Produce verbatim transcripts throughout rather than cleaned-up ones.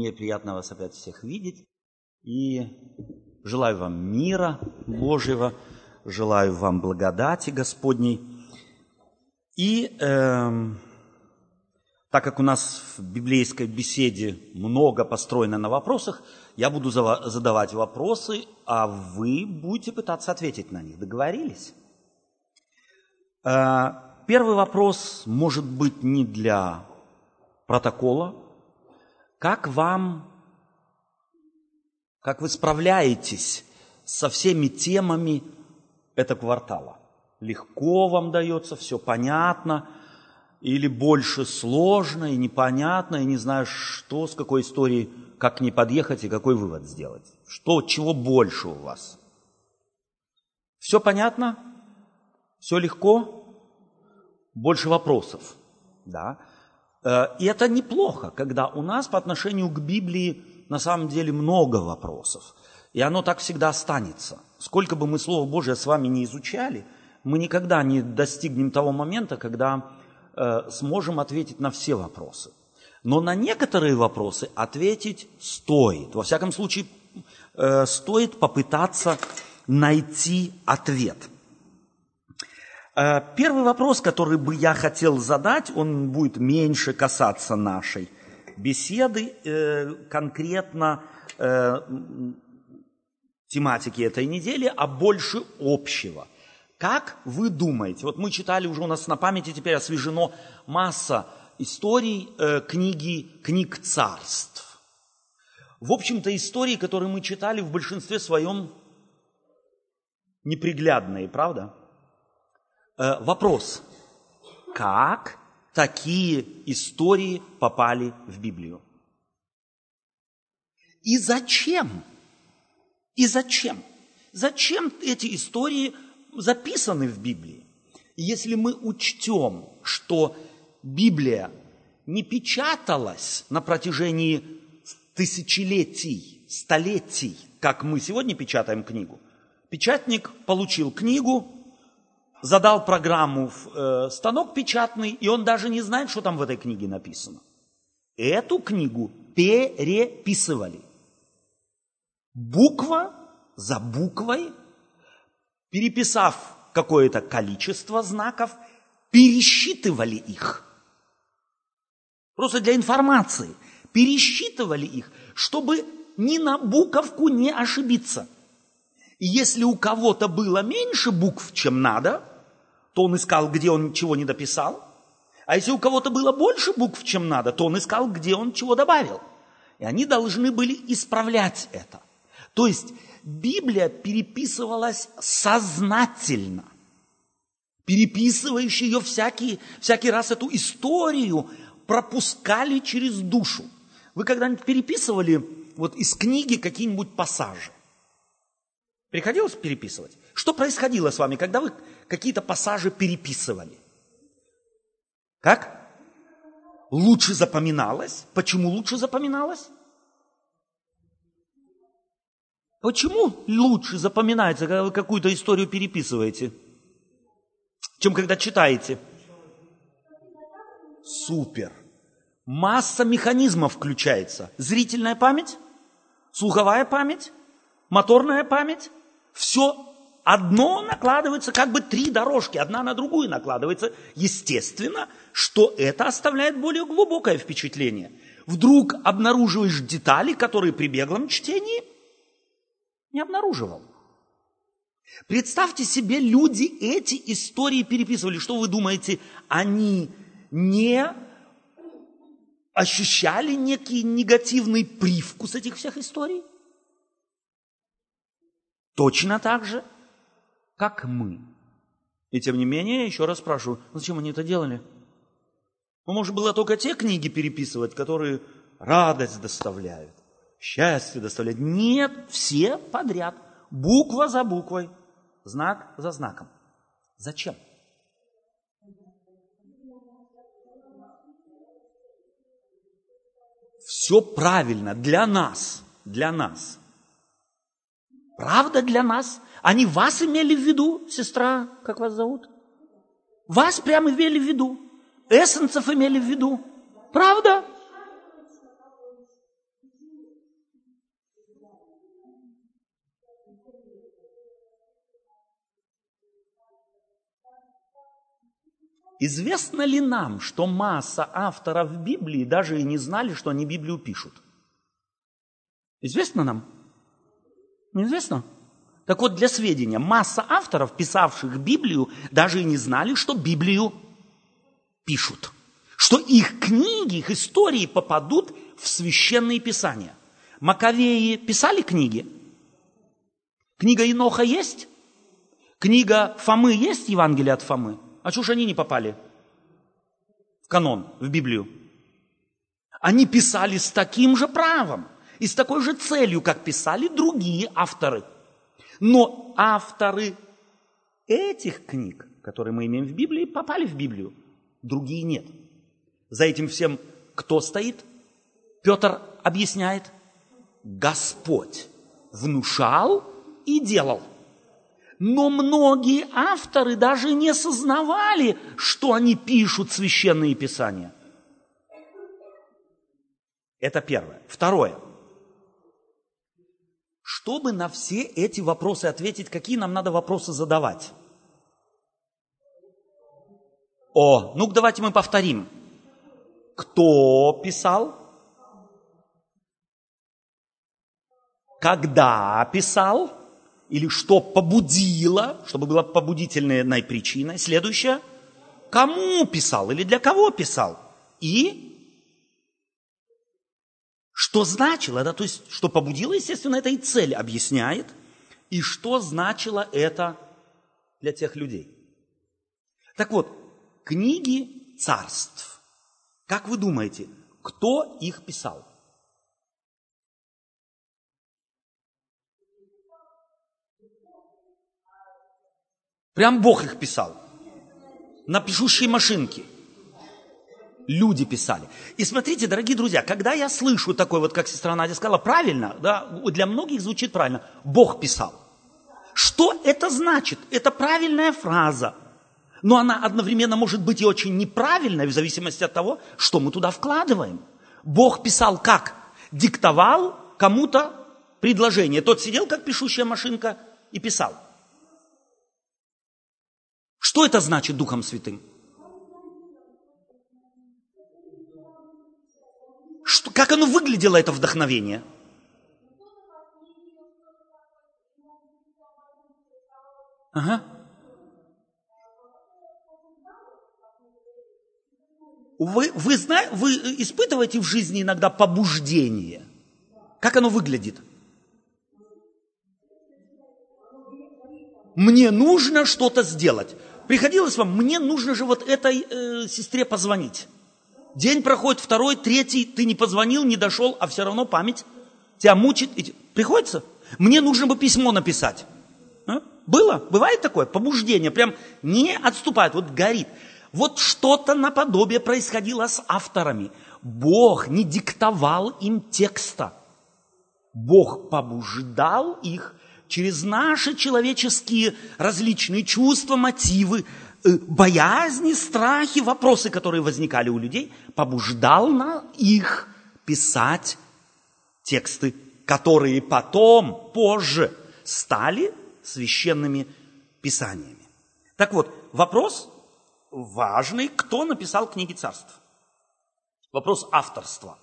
Мне приятно вас опять всех видеть. И желаю вам мира Божьего, желаю вам благодати Господней. И э, так как у нас в библейской беседе много построено на вопросах, я буду задавать вопросы, а вы будете пытаться ответить на них. Договорились? Э, первый вопрос может быть не для протокола. Как вам, как вы справляетесь со всеми темами этого квартала? Легко вам дается, все понятно, или больше сложно и непонятно, и не знаешь, что, с какой историей, как к ней подъехать и какой вывод сделать? Что, чего больше у вас? Все понятно? Все легко? Больше вопросов, да? И это неплохо, когда у нас по отношению к Библии на самом деле много вопросов. И оно так всегда останется. Сколько бы мы Слово Божие с вами не изучали, мы никогда не достигнем того момента, когда э, сможем ответить на все вопросы. Но на некоторые вопросы ответить стоит. Во всяком случае, э, стоит попытаться найти ответ. Первый вопрос, который бы я хотел задать, он будет меньше касаться нашей беседы, конкретно тематики этой недели, а больше общего. Как вы думаете, вот мы читали уже у нас на памяти, теперь освежено масса историй книги, книг царств. В общем-то, истории, которые мы читали, в большинстве своем неприглядные, правда? Вопрос, как такие истории попали в Библию? И зачем? И зачем? Зачем эти истории записаны в Библии? Если мы учтем, что Библия не печаталась на протяжении тысячелетий, столетий, как мы сегодня печатаем книгу, печатник получил книгу, задал программу в э, станок печатный, и он даже не знает, что там в этой книге написано. Эту книгу переписывали. Буква за буквой, переписав какое-то количество знаков, пересчитывали их. Просто для информации. Пересчитывали их, чтобы ни на буковку не ошибиться. И если у кого-то было меньше букв, чем надо, то он искал, где он чего не дописал. А если у кого-то было больше букв, чем надо, то он искал, где он чего добавил. И они должны были исправлять это. То есть Библия переписывалась сознательно. Переписывающие ее всякий, всякий раз эту историю пропускали через душу. Вы когда-нибудь переписывали вот из книги какие-нибудь пассажи? Приходилось переписывать? Что происходило с вами, когда вы какие-то пассажи переписывали? Как? Лучше запоминалось. Почему лучше запоминалось? Почему лучше запоминается, когда вы какую-то историю переписываете, чем когда читаете? Супер. Масса механизмов включается. Зрительная память, слуховая память, моторная память. Все одно накладывается, как бы три дорожки, одна на другую накладывается. Естественно, что это оставляет более глубокое впечатление. Вдруг обнаруживаешь детали, которые при беглом чтении не обнаруживал. Представьте себе, люди эти истории переписывали. Что вы думаете, они не ощущали некий негативный привкус этих всех историй? Точно так же, как мы. И тем не менее, еще раз спрашиваю, зачем они это делали? Ну, может, было только те книги переписывать, которые радость доставляют, счастье доставляют? Нет, все подряд, буква за буквой, знак за знаком. Зачем? Все правильно для нас, для нас. Правда для нас? Они вас имели в виду, сестра, как вас зовут? Вас прямо имели в виду. Эссенцев имели в виду. Правда? Известно ли нам, что масса авторов Библии даже и не знали, что они Библию пишут? Известно нам? Неизвестно? Так вот, для сведения, масса авторов, писавших Библию, даже и не знали, что Библию пишут. Что их книги, их истории попадут в священные писания. Маковеи писали книги? Книга Иноха есть? Книга Фомы есть, Евангелие от Фомы? А чего ж они не попали в канон, в Библию? Они писали с таким же правом и с такой же целью, как писали другие авторы. Но авторы этих книг, которые мы имеем в Библии, попали в Библию, другие нет. За этим всем кто стоит? Петр объясняет: Господь внушал и делал. Но многие авторы даже не сознавали, что они пишут священные писания. Это первое. Второе. Чтобы на все эти вопросы ответить, какие нам надо вопросы задавать? О, ну-ка давайте мы повторим. Кто писал? Когда писал? Или что побудило, чтобы была побудительной причиной. Следующее. Кому писал или для кого писал? И что значило, да, то есть, что побудило, естественно, это и цель объясняет. И что значило это для тех людей. Так вот, книги царств. Как вы думаете, кто их писал? Прям Бог их писал. На пишущей машинке. Люди писали. И смотрите, дорогие друзья, когда я слышу такое, вот как сестра Надя сказала, правильно, да, для многих звучит правильно, Бог писал. Что это значит? Это правильная фраза. Но она одновременно может быть и очень неправильной, в зависимости от того, что мы туда вкладываем. Бог писал как? Диктовал кому-то предложение. Тот сидел, как пишущая машинка, и писал. Что это значит Духом Святым? Что, как оно выглядело, это вдохновение? Ага. Вы, вы, знаете, вы испытываете в жизни иногда побуждение? Как оно выглядит? Мне нужно что-то сделать. Приходилось вам, мне нужно же вот этой э, сестре позвонить. День проходит, второй, третий, ты не позвонил, не дошел, а все равно память тебя мучит. И... Приходится? Мне нужно бы письмо написать. А? Было? Бывает такое? Побуждение прям не отступает, вот горит. Вот что-то наподобие происходило с авторами. Бог не диктовал им текста. Бог побуждал их через наши человеческие различные чувства, мотивы, боязни, страхи, вопросы, которые возникали у людей, побуждал на их писать тексты, которые потом, позже, стали священными писаниями. Так вот, вопрос важный, кто написал книги царств? Вопрос авторства.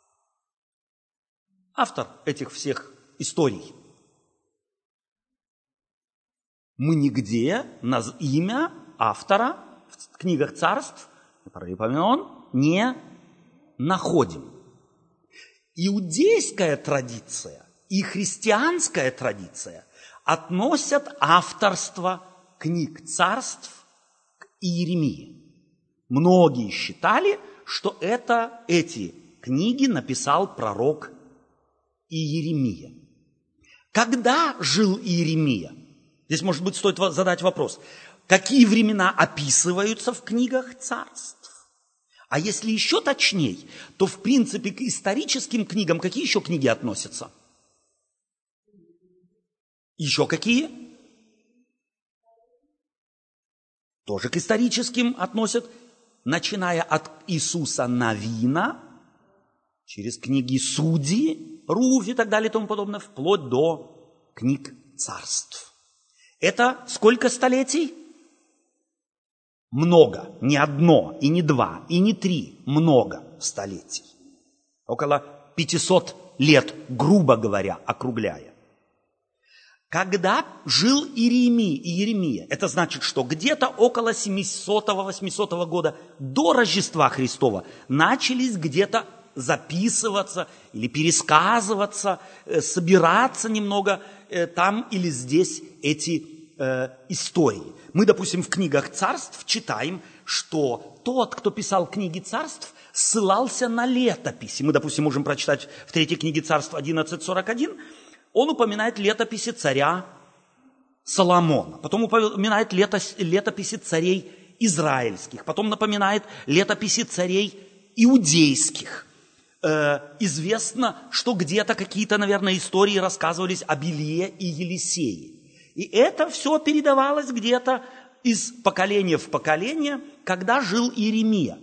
Автор этих всех историй. Мы нигде на имя автора в книгах царств, Паралипоменон, не находим. Иудейская традиция и христианская традиция относят авторство книг царств к Иеремии. Многие считали, что это, эти книги написал пророк Иеремия. Когда жил Иеремия? Здесь, может быть, стоит задать вопрос. Какие времена описываются в книгах царств? А если еще точнее, то, в принципе, к историческим книгам какие еще книги относятся? Еще какие? Тоже к историческим относят, начиная от Иисуса Навина, через книги Судьи, Руфь и так далее и тому подобное, вплоть до книг царств. Это сколько столетий? Много. Не одно, и не два, и не три. Много столетий. Около пятисот лет, грубо говоря, округляя. Когда жил Иеремия, Иеремия, это значит, что где-то около семисотого-восьмисотого года до Рождества Христова начались где-то записываться или пересказываться, собираться немного там или здесь эти э, истории. Мы, допустим, в книгах царств читаем, что тот, кто писал книги царств, ссылался на летописи. Мы, допустим, можем прочитать в третьей книге царств одиннадцать сорок один, он упоминает летописи царя Соломона, потом упоминает летописи царей израильских, потом напоминает летописи царей иудейских. Э, известно, что где-то какие-то, наверное, истории рассказывались об Илие и Елисее. И это все передавалось где-то из поколения в поколение, когда жил Иеремия.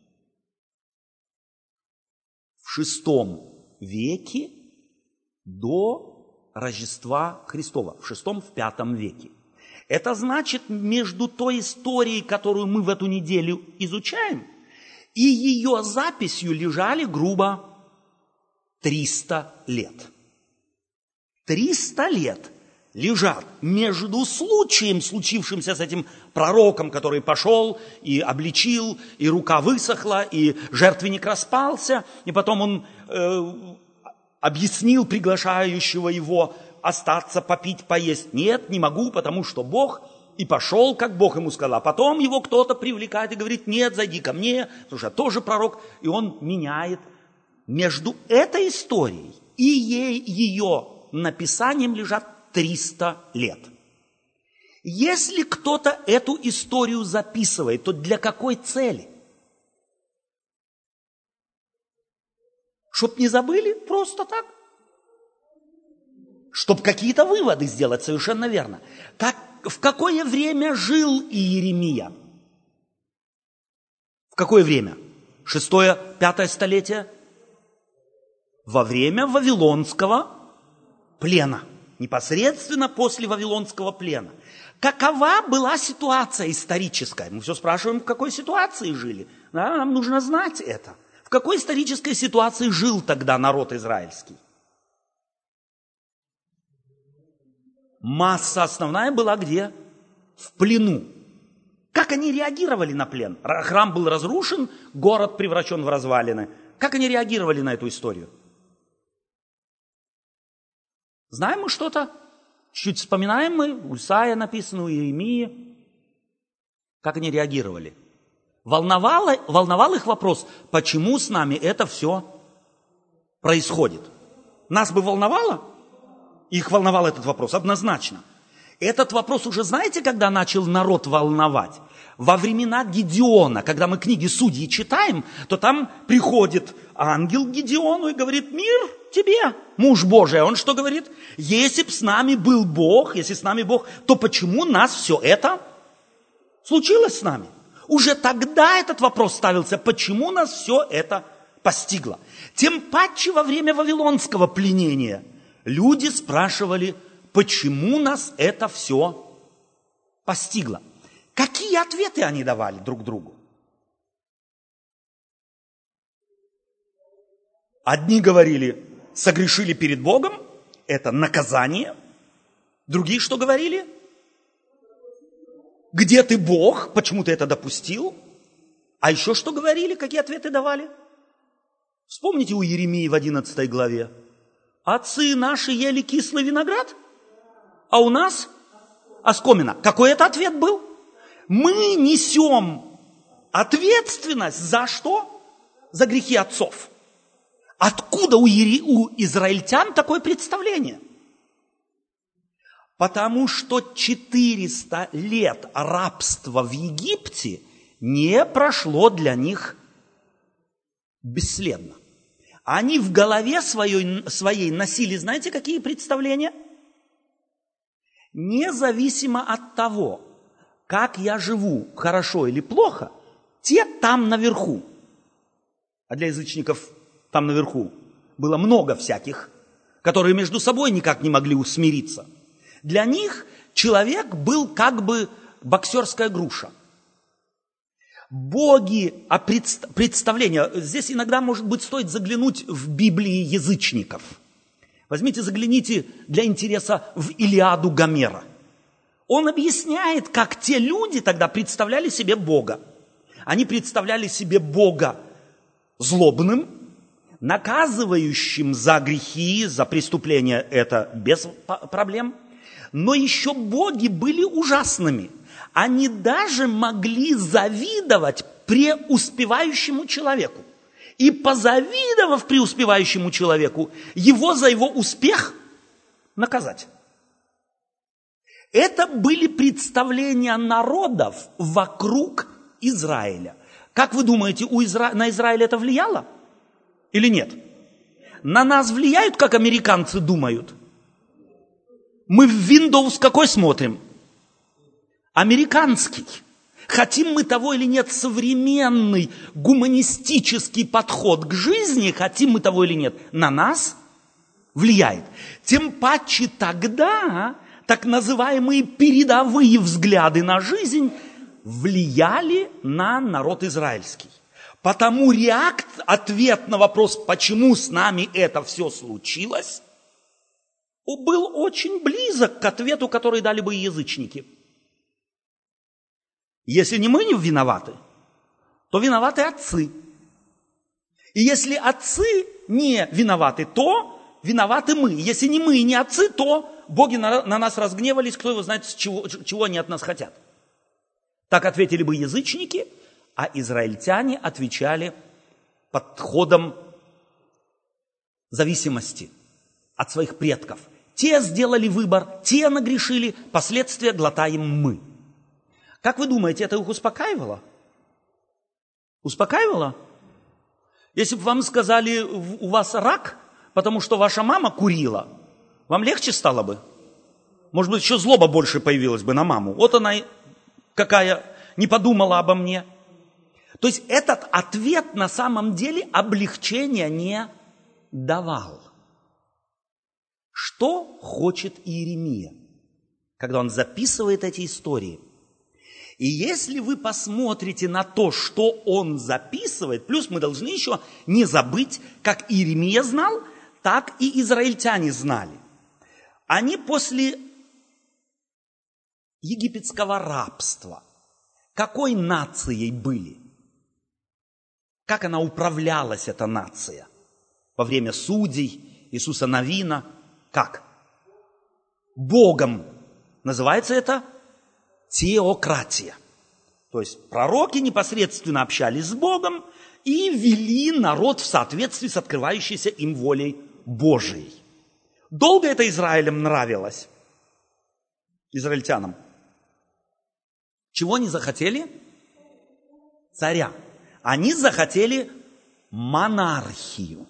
В шестом веке до Рождества Христова, в шестом, в пятом веке. Это значит, между той историей, которую мы в эту неделю изучаем, и ее записью лежали грубо триста лет. триста лет лежат между случаем, случившимся с этим пророком, который пошел и обличил, и рука высохла, и жертвенник распался, и потом он э, объяснил приглашающего его остаться, попить, поесть. Нет, не могу, потому что Бог... И пошел, как Бог ему сказал. А потом его кто-то привлекает и говорит: нет, зайди ко мне, слушай, я тоже пророк. И он меняет. Между этой историей и ей, ее написанием лежат триста лет. Если кто-то эту историю записывает, то для какой цели? Чтоб не забыли просто так? Чтоб какие-то выводы сделать, совершенно верно. Как В какое время жил Иеремия? В какое время? Шестое, пятое столетие? Во время Вавилонского плена. Непосредственно после Вавилонского плена. Какова была ситуация историческая? Мы все спрашиваем, в какой ситуации жили. Да, нам нужно знать это. В какой исторической ситуации жил тогда народ израильский? Масса основная была где? В плену. Как они реагировали на плен? Храм был разрушен, город превращен в развалины. Как они реагировали на эту историю? Знаем мы что-то? Чуть вспоминаем мы, у Исаия написано, у Иеремии. Как они реагировали? Волновало, волновал их вопрос, почему с нами это все происходит? Нас бы волновало? Их волновал этот вопрос, однозначно. Этот вопрос уже знаете, когда начал народ волновать? Во времена Гедеона, когда мы книги Судьи читаем, то там приходит ангел к Гедеону и говорит: мир тебе, муж Божий. А он что говорит? Если б с нами был Бог, если с нами Бог, то почему нас все это случилось с нами? Уже тогда этот вопрос ставился, почему нас все это постигло. Тем паче во время Вавилонского пленения люди спрашивали, почему нас это все постигло. Какие ответы они давали друг другу? Одни говорили, согрешили перед Богом, это наказание. Другие что говорили? Где ты, Бог? Почему ты это допустил? А еще что говорили? Какие ответы давали? Вспомните у Иеремии в одиннадцатой главе. Отцы наши ели кислый виноград, а у нас оскомина. Какой это ответ был? Мы несем ответственность за что? За грехи отцов. Откуда у, ири... у израильтян такое представление? Потому что четыреста лет рабства в Египте не прошло для них бесследно. Они в голове своей, своей носили, знаете, какие представления? Независимо от того, как я живу, хорошо или плохо, те там наверху, а для язычников там наверху было много всяких, которые между собой никак не могли усмириться. Для них человек был как бы боксерская груша. Боги, а представление, здесь иногда, может быть, стоит заглянуть в Библии язычников. Возьмите, загляните для интереса в Илиаду Гомера. Он объясняет, как те люди тогда представляли себе Бога. Они представляли себе Бога злобным, наказывающим за грехи, за преступления, это без проблем. Но еще боги были ужасными. Они даже могли завидовать преуспевающему человеку. И позавидовав преуспевающему человеку, его за его успех наказать. Это были представления народов вокруг Израиля. Как вы думаете, у Изра... на Израиль это влияло? Или нет? На нас влияют, как американцы думают? Мы в Windows какой смотрим? Американский. Хотим мы того или нет, современный гуманистический подход к жизни, хотим мы того или нет, на нас влияет. Тем паче тогда так называемые передовые взгляды на жизнь влияли на народ израильский. Потому реакт, ответ на вопрос, почему с нами это все случилось, был очень близок к ответу, который дали бы язычники. Если не мы не виноваты, то виноваты отцы. И если отцы не виноваты, то виноваты мы. Если не мы и не отцы, то боги на, на нас разгневались, кто его знает, чего, чего они от нас хотят. Так ответили бы язычники, а израильтяне отвечали подходом зависимости от своих предков. Те сделали выбор, те нагрешили, последствия глотаем мы. Как вы думаете, это их успокаивало? Успокаивало? Если бы вам сказали, у вас рак, потому что ваша мама курила, вам легче стало бы? Может быть, еще злоба больше появилась бы на маму. Вот она какая, не подумала обо мне. То есть этот ответ на самом деле облегчения не давал. Что хочет Иеремия, когда он записывает эти истории? И если вы посмотрите на то, что он записывает, плюс мы должны еще не забыть, как Иеремия знал, так и израильтяне знали. Они после египетского рабства какой нацией были? Как она управлялась, эта нация? Во время судей, Иисуса Навина. Как? Богом. Называется это теократия. То есть пророки непосредственно общались с Богом и вели народ в соответствии с открывающейся им волей Божией. Долго это Израилем нравилось? Израильтянам. Чего они захотели? Царя. Они захотели монархию.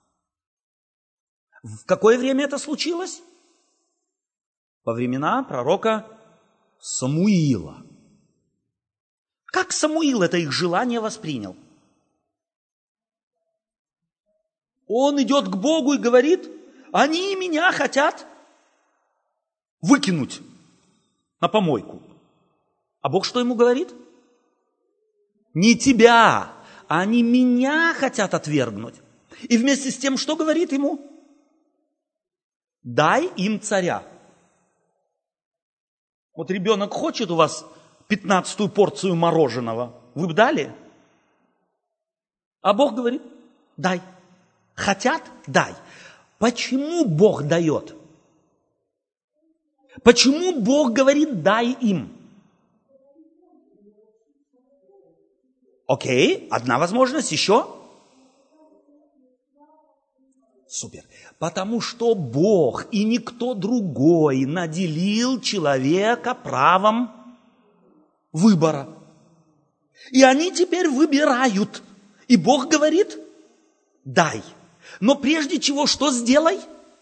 В какое время это случилось? Во времена пророка Самуила. Как Самуил это их желание воспринял? Он идет к Богу и говорит, они меня хотят выкинуть на помойку. А Бог что ему говорит? Не тебя, они меня хотят отвергнуть. И вместе с тем, что говорит ему? Дай им царя. Вот ребенок хочет у вас пятнадцатую порцию мороженого. Вы бы дали? А Бог говорит, дай. Хотят? Дай. Почему Бог дает? Почему Бог говорит, дай им? Окей, одна возможность еще. Супер. Потому что Бог и никто другой наделил человека правом выбора. И они теперь выбирают. И Бог говорит, дай. Но прежде чего, что сделай?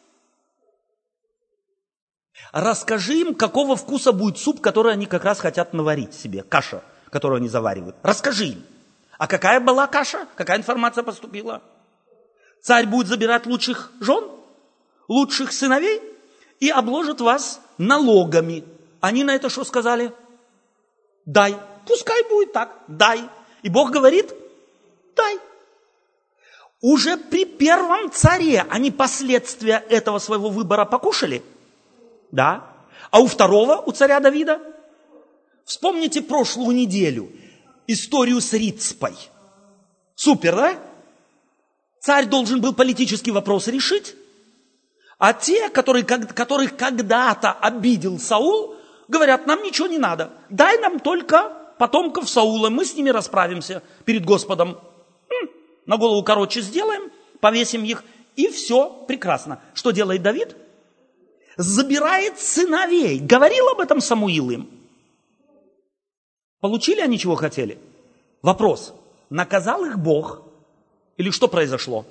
Расскажи им, какого вкуса будет суп, который они как раз хотят наварить себе. Каша, которую они заваривают. Расскажи им. А какая была каша? Какая информация поступила? Царь будет забирать лучших жен, лучших сыновей и обложит вас налогами. Они на это что сказали? Дай. Пускай будет так. Дай. И Бог говорит, дай. Уже при первом царе они последствия этого своего выбора покушали. Да. А у второго, у царя Давида, вспомните прошлую неделю, историю с Рицпой. Супер, да? Царь должен был политический вопрос решить, а те, которые, которых когда-то обидел Саул, говорят, нам ничего не надо, дай нам только потомков Саула, мы с ними расправимся перед Господом. М-м, на голову короче сделаем, повесим их, и все прекрасно. Что делает Давид? Забирает сыновей. Говорил об этом Самуил им. Получили они, чего хотели? Вопрос. Наказал их Бог? Или что произошло?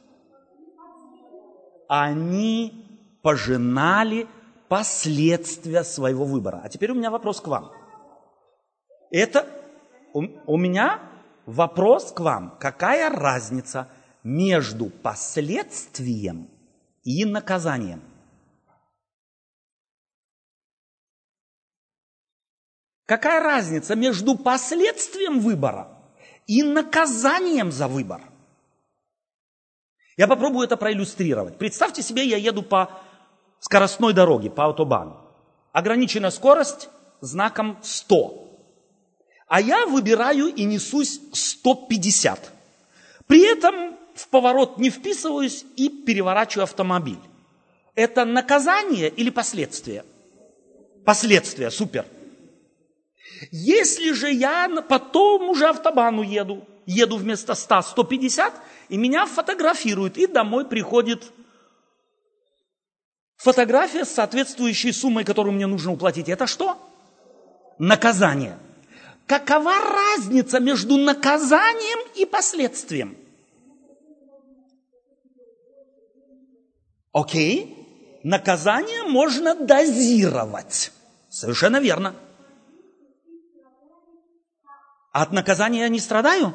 Они пожинали последствия своего выбора. А теперь у меня вопрос к вам. Это у, у меня вопрос к вам. Какая разница между последствием и наказанием? Какая разница между последствием выбора и наказанием за выбор? Я попробую это проиллюстрировать. Представьте себе, я еду по скоростной дороге, по автобану. Ограниченная скорость знаком сто. А я выбираю и несусь сто пятьдесят. При этом в поворот не вписываюсь и переворачиваю автомобиль. Это наказание или последствие? Последствия, супер. Если же я потом уже автобану еду, еду вместо ста сто пятьдесят, и меня фотографируют, и домой приходит фотография с соответствующей суммой, которую мне нужно уплатить. Это что? Наказание. Какова разница между наказанием и последствием? Окей. Наказание можно дозировать. Совершенно верно. От наказания я не страдаю?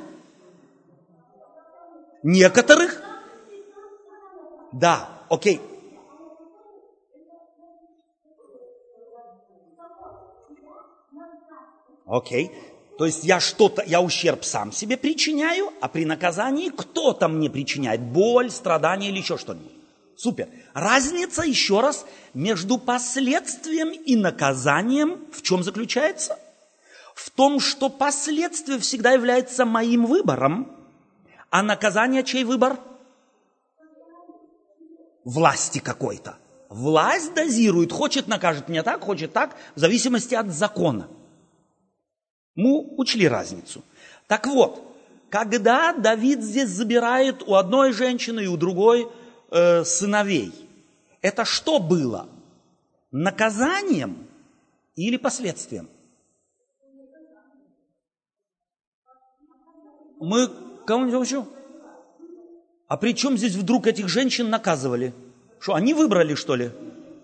Некоторых? Да, окей. Окей. То есть я что-то, я ущерб сам себе причиняю, а при наказании кто-то мне причиняет боль, страдания или еще что-нибудь. Супер. Разница, еще раз, между последствием и наказанием в чем заключается? В том, что последствие всегда является моим выбором, а наказание чей выбор? Власти какой-то. Власть дозирует, хочет накажет меня так, хочет так, в зависимости от закона. Мы учли разницу. Так вот, когда Давид здесь забирает у одной женщины и у другой э, сыновей, это что было? Наказанием или последствием? Мы кого-нибудь еще? А при чем здесь вдруг этих женщин наказывали? Что, они выбрали, что ли?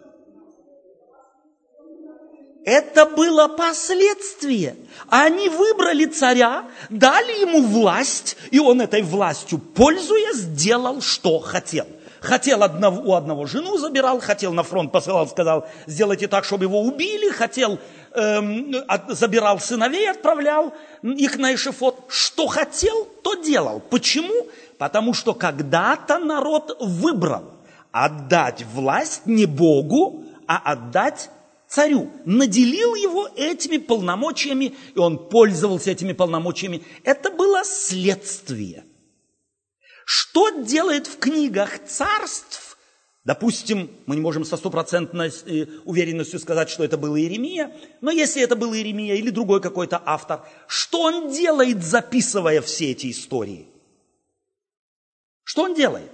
Это было последствие. Они выбрали царя, дали ему власть, и он этой властью, пользуясь, сделал, что хотел. Хотел одного, у одного жену забирал, хотел на фронт посылал, сказал, сделайте так, чтобы его убили, хотел, эм, от, забирал сыновей, отправлял их на эшафот. Что хотел, то делал. Почему? Потому что когда-то народ выбрал отдать власть не Богу, а отдать царю. Наделил его этими полномочиями, и он пользовался этими полномочиями. Это было следствие. Что делает в книгах царств? Допустим, мы не можем со стопроцентной уверенностью сказать, что это был Иеремия, но если это был Иеремия или другой какой-то автор, что он делает, записывая все эти истории? Что он делает?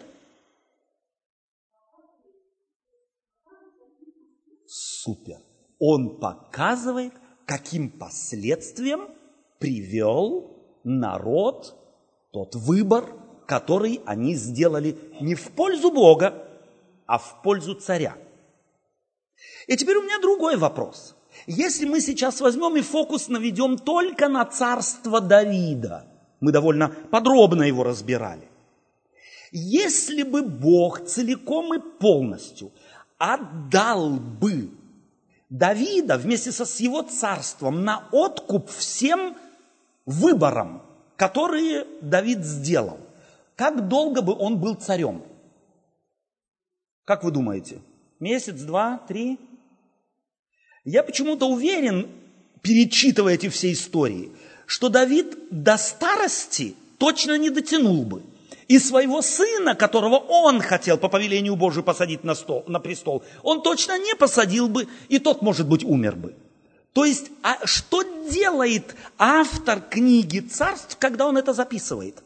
Супер. Он показывает, каким последствиям привел народ тот выбор, который они сделали не в пользу Бога, а в пользу царя. И теперь у меня другой вопрос. Если мы сейчас возьмем и фокус наведем только на царство Давида, мы довольно подробно его разбирали. Если бы Бог целиком и полностью отдал бы Давида вместе со с его царством на откуп всем выборам, которые Давид сделал, как долго бы он был царем? Как вы думаете? Месяц, два, три? Я почему-то уверен, перечитывая эти все истории, что Давид до старости точно не дотянул бы. И своего сына, которого он хотел по повелению Божию посадить на, стол, на престол, он точно не посадил бы, и тот, может быть, умер бы. То есть, а что делает автор книги «Царств», когда он это записывает?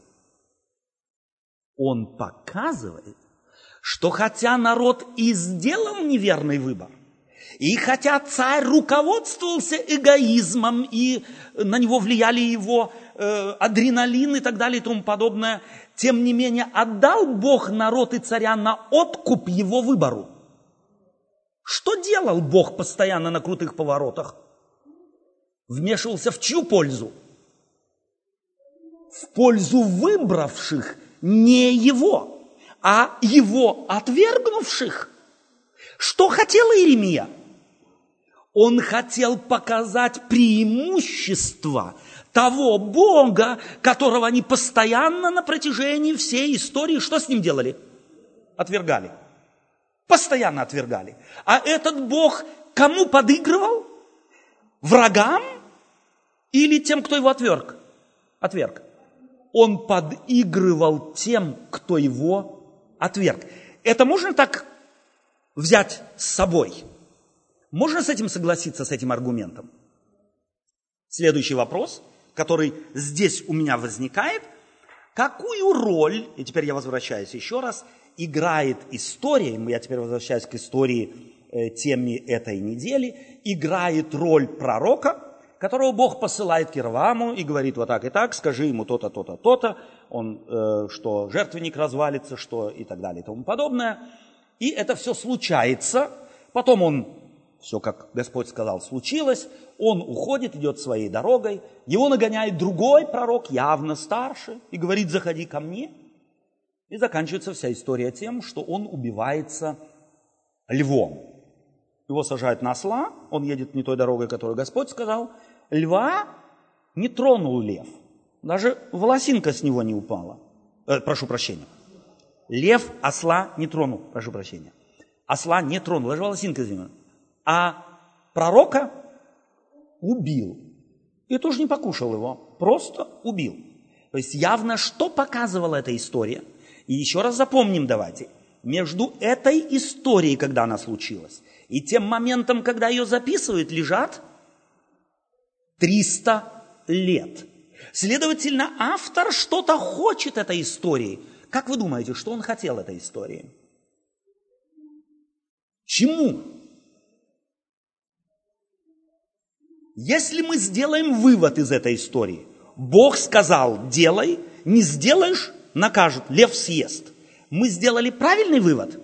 Он показывает, что хотя народ и сделал неверный выбор, и хотя царь руководствовался эгоизмом, и на него влияли его э, адреналин и так далее и тому подобное, тем не менее отдал Бог народ и царя на откуп его выбору. Что делал Бог постоянно на крутых поворотах? Вмешивался в чью пользу? В пользу выбравших не его, а его отвергнувших. Что хотел Иеремия? Он хотел показать преимущество того Бога, которого они постоянно на протяжении всей истории, что с ним делали? Отвергали. Постоянно отвергали. А этот Бог кому подыгрывал? Врагам или тем, кто его отверг? Отверг. Он подыгрывал тем, кто его отверг. Это можно так взять с собой? Можно с этим согласиться, с этим аргументом? Следующий вопрос, который здесь у меня возникает. Какую роль, и теперь я возвращаюсь еще раз, играет история, я теперь возвращаюсь к истории э, теме этой недели, играет роль пророка, которого Бог посылает к Иеравааму и говорит вот так и так, скажи ему то-то, то-то, то-то, он, э, что жертвенник развалится, что и так далее и тому подобное. И это все случается, потом он, все как Господь сказал, случилось, он уходит, идет своей дорогой, его нагоняет другой пророк, явно старше, и говорит, заходи ко мне. И заканчивается вся история тем, что он убивается львом. Его сажают на осла, он едет не той дорогой, которую Господь сказал. Льва не тронул лев, даже волосинка с него не упала. Э, прошу прощения. Лев осла не тронул, прошу прощения. Осла не тронул, даже волосинка с него. А пророка убил. И тоже не покушал его, просто убил. То есть явно, что показывала эта история. И еще раз запомним давайте. Между этой историей, когда она случилась, и тем моментом, когда ее записывают, лежат триста лет. Следовательно, автор что-то хочет этой истории. Как вы думаете, что он хотел этой истории? Чему? Если мы сделаем вывод из этой истории, Бог сказал, делай, не сделаешь, накажет, лев съест. Мы сделали правильный вывод?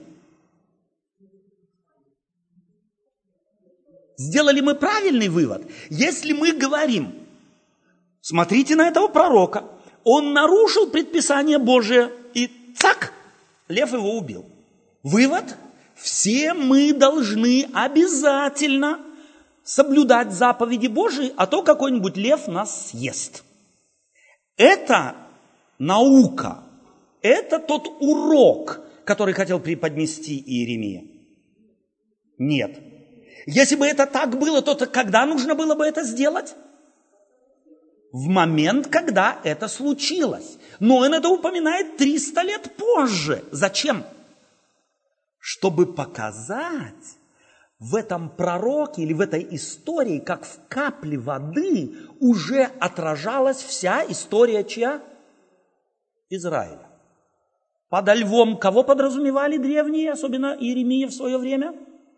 Сделали мы правильный вывод? Если мы говорим, смотрите на этого пророка, он нарушил предписание Божие, и цак, лев его убил. Вывод? Все мы должны обязательно соблюдать заповеди Божии, а то какой-нибудь лев нас съест. Это наука, это тот урок, который хотел преподнести Иеремия. Нет. Если бы это так было, то когда нужно было бы это сделать? В момент, когда это случилось. Но он это упоминает триста лет позже. Зачем? Чтобы показать в этом пророке или в этой истории, как в капле воды уже отражалась вся история чья? Израиля. Под львом кого подразумевали древние, особенно Иеремия в свое время?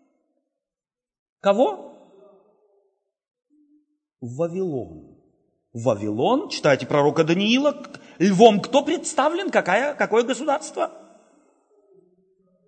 Кого? Вавилон. Вавилон, читайте пророка Даниила, львом кто представлен? Какая, какое государство?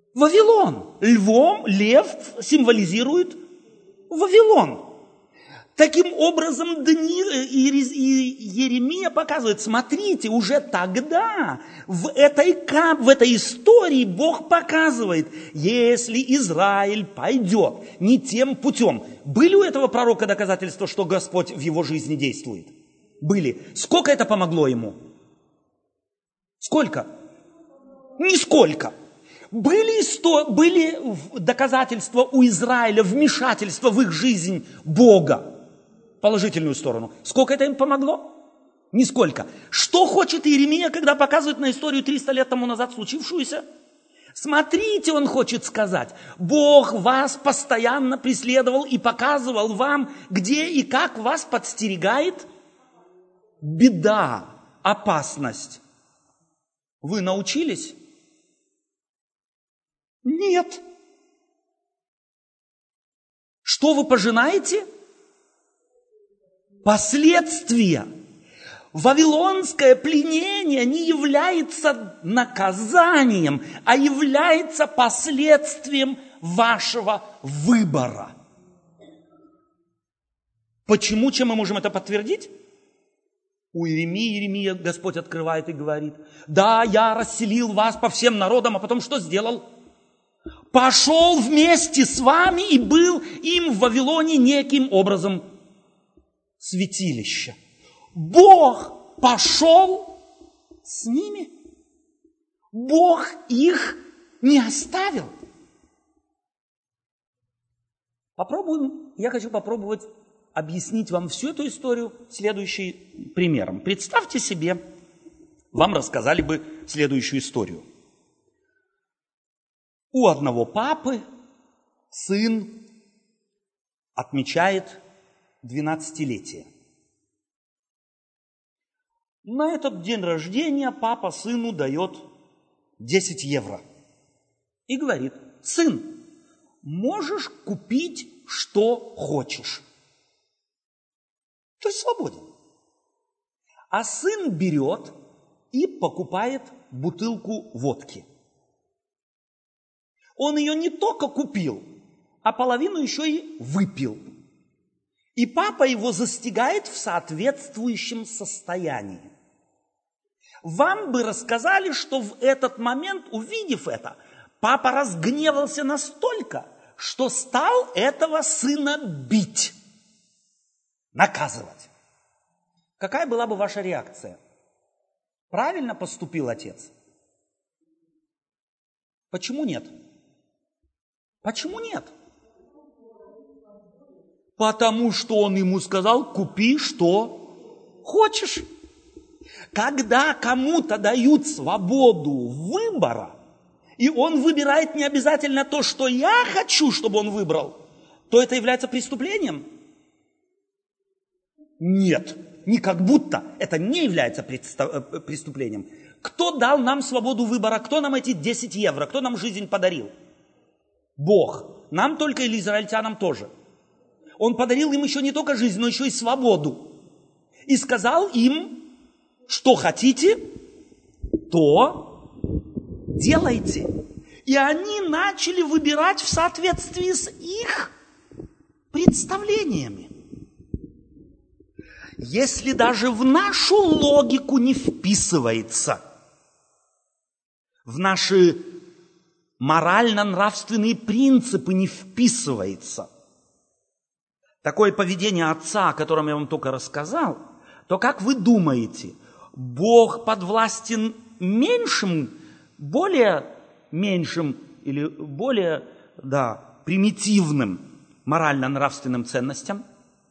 Вавилон. Львом, лев символизирует Вавилон. Таким образом, Даниил и Иеремия показывают, смотрите, уже тогда в этой, в этой истории Бог показывает, если Израиль пойдет не тем путем. Были у этого пророка доказательства, что Господь в его жизни действует? Были. Сколько это помогло ему? Сколько? Нисколько. Были, сто, были доказательства у Израиля вмешательства в их жизнь Бога? Положительную сторону. Сколько это им помогло? Нисколько. Что хочет Иеремия, когда показывает на историю триста лет тому назад случившуюся? Смотрите, он хочет сказать, Бог вас постоянно преследовал и показывал вам, где и как вас подстерегает беда, опасность. Вы научились? Нет. Что вы пожинаете? Последствия. Вавилонское пленение не является наказанием, а является последствием вашего выбора. Почему? Чем мы можем это подтвердить? У Иеремии, Иеремия Господь открывает и говорит, да, я расселил вас по всем народам, а потом что сделал? Пошел вместе с вами и был им в Вавилоне неким образом святилище. Бог пошел с ними. Бог их не оставил. Попробуем, я хочу попробовать объяснить вам всю эту историю следующим примером. Представьте себе, вам рассказали бы следующую историю. У одного папы сын отмечает двенадцатилетие. На этот день рождения папа сыну дает десять евро. И говорит, сын, можешь купить, что хочешь. Ты свободен. А сын берет и покупает бутылку водки. Он ее не только купил, а половину еще и выпил. И папа его застигает в соответствующем состоянии. Вам бы рассказали, что в этот момент, увидев это, папа разгневался настолько, что стал этого сына бить, наказывать. Какая была бы ваша реакция? Правильно поступил отец? Почему нет? Почему нет? Потому что он ему сказал, купи, что хочешь. Когда кому-то дают свободу выбора, и он выбирает не обязательно то, что я хочу, чтобы он выбрал, то это является преступлением? Нет, не как будто. Это не является преступлением. Кто дал нам свободу выбора? Кто нам эти десять евро? Кто нам жизнь подарил? Бог. Нам только или израильтянам тоже. Он подарил им еще не только жизнь, но еще и свободу. И сказал им, что хотите, то делайте. И они начали выбирать в соответствии с их представлениями. Если даже в нашу логику не вписывается, в наши морально-нравственные принципы не вписывается такое поведение отца, о котором я вам только рассказал, то как вы думаете, Бог подвластен меньшим, более меньшим или более, да, примитивным морально-нравственным ценностям?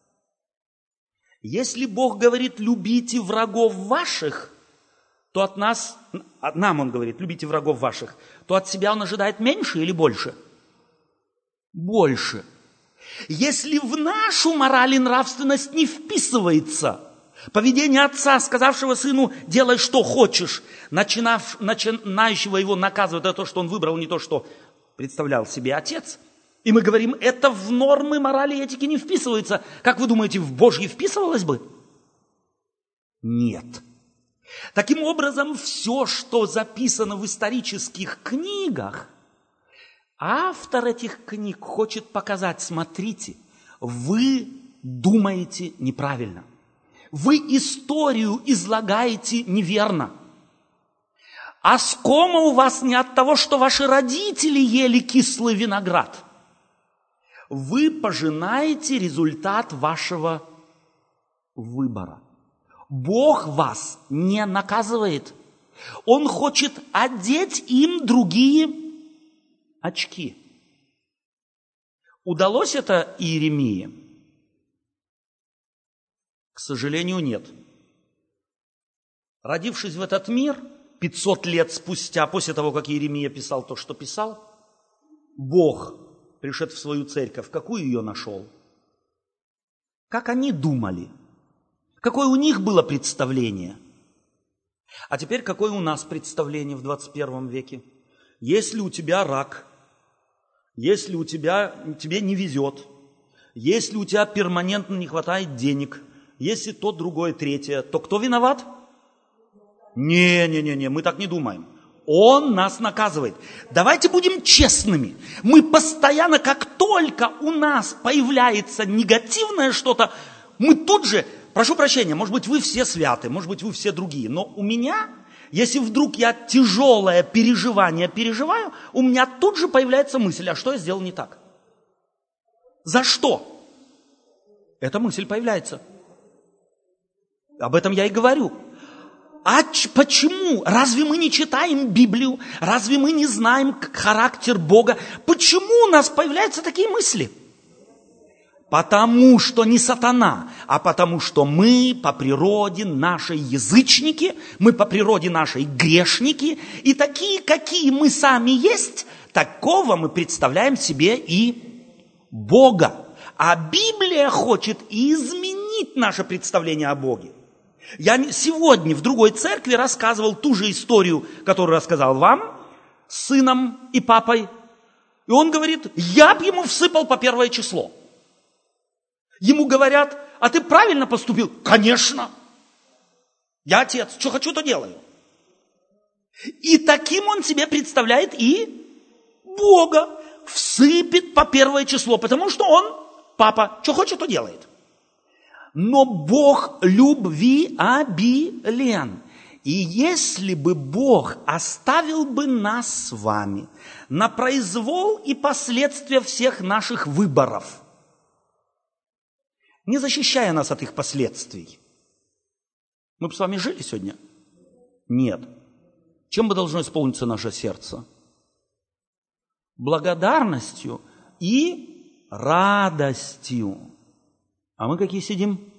Если Бог говорит, любите врагов ваших, то от нас, от нам Он говорит, любите врагов ваших, то от себя Он ожидает меньше или больше? Больше. Если в нашу мораль и нравственность не вписывается поведение отца, сказавшего сыну, делай, что хочешь, начинав, начинающего его наказывать за то, что он выбрал не то, что представлял себе отец, и мы говорим, это в нормы морали и этики не вписывается. Как вы думаете, в Божьи вписывалось бы? Нет. Таким образом, все, что записано в исторических книгах, автор этих книг хочет показать, смотрите, вы думаете неправильно. Вы историю излагаете неверно. А скома у вас не от того, что ваши родители ели кислый виноград. Вы пожинаете результат вашего выбора. Бог вас не наказывает. Он хочет одеть им другие очки. Удалось это Иеремии? К сожалению, нет. Родившись в этот мир, пятьсот лет спустя, после того, как Иеремия писал то, что писал, Бог, пришед в свою церковь, какую ее нашел? Как они думали? Какое у них было представление? А теперь какое у нас представление в двадцать первом веке? Если у тебя рак, если у тебя, тебе не везет, если у тебя перманентно не хватает денег, если то, другое, третье, то кто виноват? Не-не-не, мы так не думаем. Он нас наказывает. Давайте будем честными. Мы постоянно, как только у нас появляется негативное что-то, мы тут же, прошу прощения, может быть, вы все святы, может быть, вы все другие, но у меня, если вдруг я тяжелое переживание переживаю, у меня тут же появляется мысль, а что я сделал не так? За что? Эта мысль появляется. Об этом я и говорю. А ч- почему? Разве мы не читаем Библию? Разве мы не знаем характер Бога? Почему у нас появляются такие мысли? Потому что не сатана, а потому что мы по природе нашей язычники, мы по природе нашей грешники, и такие, какие мы сами есть, такого мы представляем себе и Бога. А Библия хочет изменить наше представление о Боге. Я сегодня в другой церкви рассказывал ту же историю, которую рассказал вам, с сыном и папой. И он говорит, я бы ему всыпал по первое число. Ему говорят, а ты правильно поступил? Конечно. Я отец, что хочу, то делаю. И таким он себе представляет и Бога. Всыпет по первое число, потому что он, папа, что хочет, то делает. Но Бог любви обилен. И если бы Бог оставил бы нас с вами на произвол и последствия всех наших выборов, не защищая нас от их последствий, мы бы с вами жили сегодня? Нет. Чем бы должно исполниться наше сердце? Благодарностью и радостью. А мы какие сидим?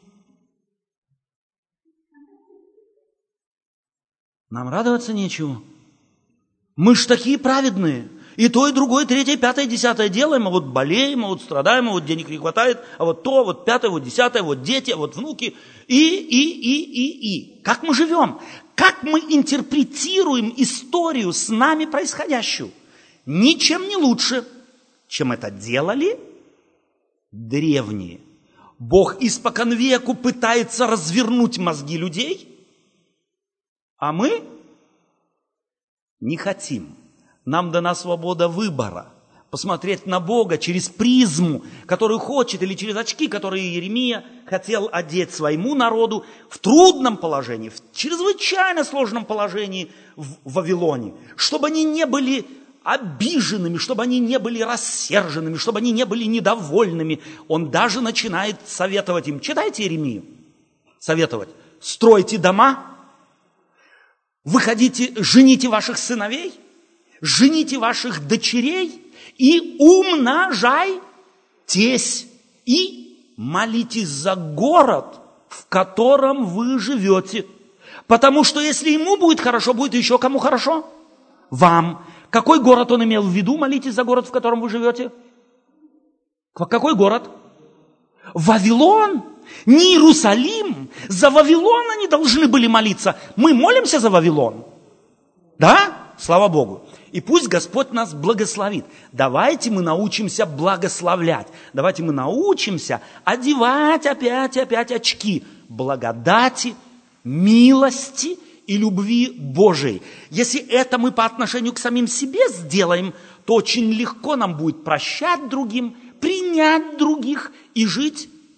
Нам радоваться нечего. Мы ж такие праведные. И то, и другое, третье, пятое, десятое делаем, а вот болеем, а вот страдаем, а вот денег не хватает, а вот то, вот пятое, вот десятое, вот дети, а вот внуки. И, и, и, и, и. Как мы живем? Как мы интерпретируем историю с нами происходящую? Ничем не лучше, чем это делали древние. Бог испокон веку пытается развернуть мозги людей, а мы не хотим. Нам дана свобода выбора. Посмотреть на Бога через призму, которую хочет, или через очки, которые Иеремия хотел одеть своему народу в трудном положении, в чрезвычайно сложном положении в Вавилоне, чтобы они не были обиженными, чтобы они не были рассерженными, чтобы они не были недовольными. Он даже начинает советовать им. Читайте Иеремию. Советовать. Стройте дома, выходите, жените ваших сыновей, жените ваших дочерей и умножайтесь. И молитесь за город, в котором вы живете. Потому что если ему будет хорошо, будет еще кому хорошо? Вам. Какой город он имел в виду? Молитесь за город, в котором вы живете. Какой город? Вавилон. Не Иерусалим. За Вавилон они должны были молиться. Мы молимся за Вавилон. Да? Слава Богу. И пусть Господь нас благословит. Давайте мы научимся благословлять. Давайте мы научимся одевать опять, опять очки благодати, милости и любви Божией. Если это мы по отношению к самим себе сделаем, то очень легко нам будет прощать другим, принять других и жить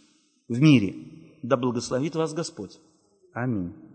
в мире. Да благословит вас Господь. Аминь.